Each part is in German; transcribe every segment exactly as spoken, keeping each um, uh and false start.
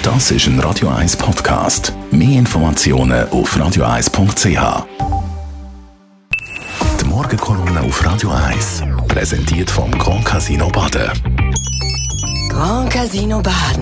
Das ist ein Radio eins Podcast. Mehr Informationen auf radio eins punkt c h. Die Morgenkolumne auf Radio eins. Präsentiert vom Grand Casino Baden. Grand Casino Baden.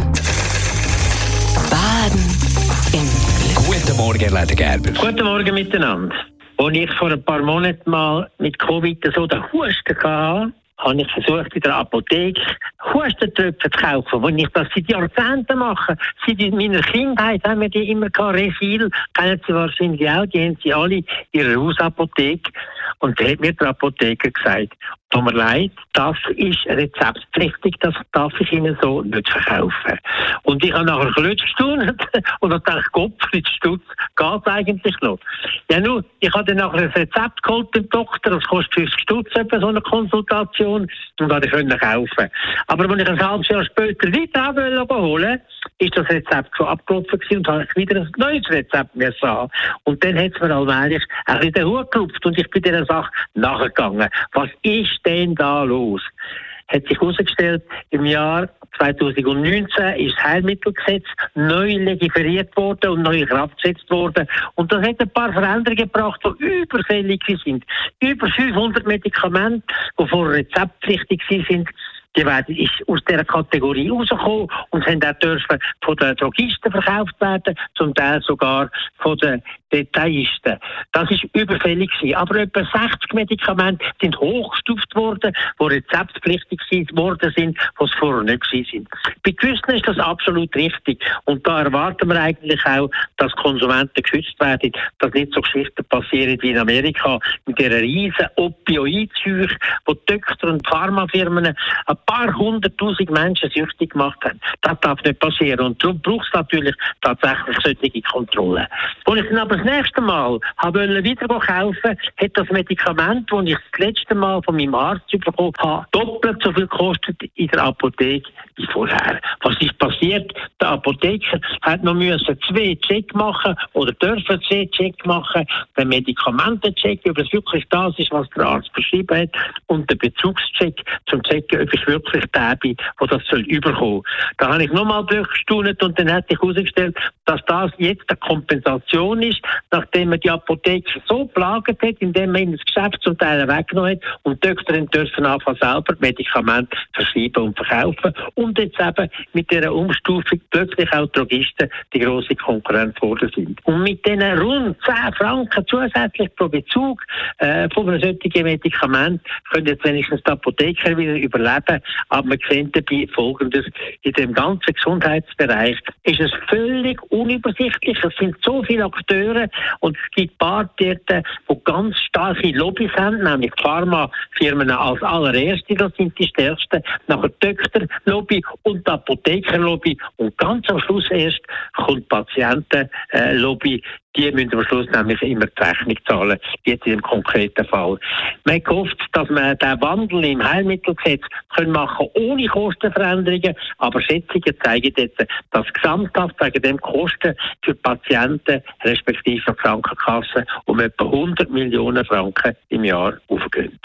Baden im Glück. Guten Morgen, Herr Leder Gerber. Guten Morgen miteinander. Als ich vor ein paar Monaten mal mit Covid so den Husten hatte, habe ich versucht, in der Apotheke Hustentröpfe zu kaufen, die ich das seit Jahrzehnten mache. Seit meiner Kindheit haben wir die immer gehabt. Refill, kennen Sie wahrscheinlich auch, die haben sie alle in ihrer Hausapotheke. Und da hat mir der Apotheker gesagt, tut mir leid, das ist rezeptpflichtig, das darf ich Ihnen so nicht verkaufen. Und ich habe nachher ein bisschen gestaunt und habe gedacht, Gott, mit Stutz geht es eigentlich noch. Ja nun, ich habe dann nachher ein Rezept geholt beim Doktor, das kostet fünfzig Stutz etwa so eine Konsultation, und habe ich können kaufen. Aber als ich ein halbes Jahr später weiter holen, ist das Rezept schon abgelaufen gewesen und habe ich wieder ein neues Rezept mehr haben. Und dann hat es mir allmählich ein bisschen den Hut gerupft und ich bin dieser Sache nachgegangen. Was ist denn da los? Hat sich herausgestellt, im Jahr zweitausendneunzehn ist das Heilmittelgesetz neu legiferiert worden und neu in Kraft gesetzt worden. Und das hat ein paar Veränderungen gebracht, die überfällig sind. Über fünfhundert Medikamente, die vorher rezeptpflichtig sind, die werden ist aus dieser Kategorie rausgekommen und haben auch dürfen von den Drogisten verkauft werden, zum Teil sogar von den Detailisten. Das ist überfällig gewesen. Aber etwa sechzig Medikamente sind hochgestuft worden, die rezeptpflichtig worden sind, was vorher nicht gewesen sind. Bei gewissen ist das absolut richtig. Und da erwarten wir eigentlich auch, dass Konsumenten geschützt werden, dass nicht so Geschichten passieren wie in Amerika mit dieser riesen Opioidseuche, wo die Doktor und Pharmafirmen ein paar hunderttausend Menschen süchtig gemacht haben. Das darf nicht passieren. Und darum braucht es natürlich tatsächlich solche Kontrollen. Als ich dann aber das nächste Mal habe wieder kaufen, hat das Medikament, das ich das letzte Mal von meinem Arzt bekommen habe, doppelt so viel gekostet in der Apotheke wie vorher. Was ist passiert? Der Apotheker hat noch müssen zwei Check machen oder dürfen zwei Check machen, den Medikamentencheck, ob es wirklich das ist, was der Arzt beschrieben hat, und den Bezugscheck zum checken, ob es wirklich der bin, der das soll überkommen. Da habe ich nochmal durchgestaunt und dann hat sich herausgestellt, dass das jetzt eine Kompensation ist, nachdem man die Apotheke so plagt hat, indem man das Geschäft zum Teil weggenommen hat und die Doktor dürfen anfangen selber Medikamente verschreiben und verkaufen und jetzt eben mit dieser Umstufung plötzlich auch Drogisten die grosse Konkurrenz geworden sind. Und mit diesen rund zehn Franken zusätzlich pro Bezug äh, von einem solchen Medikament können jetzt wenigstens die Apotheker wieder überleben, aber man sieht dabei Folgendes: in dem ganzen Gesundheitsbereich ist es völlig unübersichtlich. Es sind so viele Akteure und es gibt Partner, die ganz starke Lobbys haben, nämlich Pharmafirmen als allererste, das sind die stärksten, nachher die Doktorlobby und die Apothekerlobby und ganz am Schluss erst kommt die Patientenlobby. Die müssen am Schluss nämlich immer die Rechnung zahlen, jetzt in dem konkreten Fall. Man hat gehofft, dass man den Wandel im Heilmittelgesetz können machen ohne Kostenveränderungen, aber Schätzungen zeigen jetzt, dass gesamthaft wegen dem Kosten für Patienten respektive für Krankenkassen um etwa hundert Millionen Franken im Jahr aufgehen.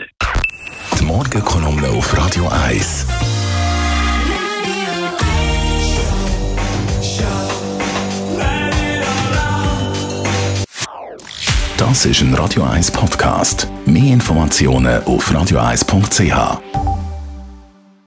Die Morgenkolumne auf Radio eins. Das ist ein Radio eins Podcast. Mehr Informationen auf radio eins punkt c h.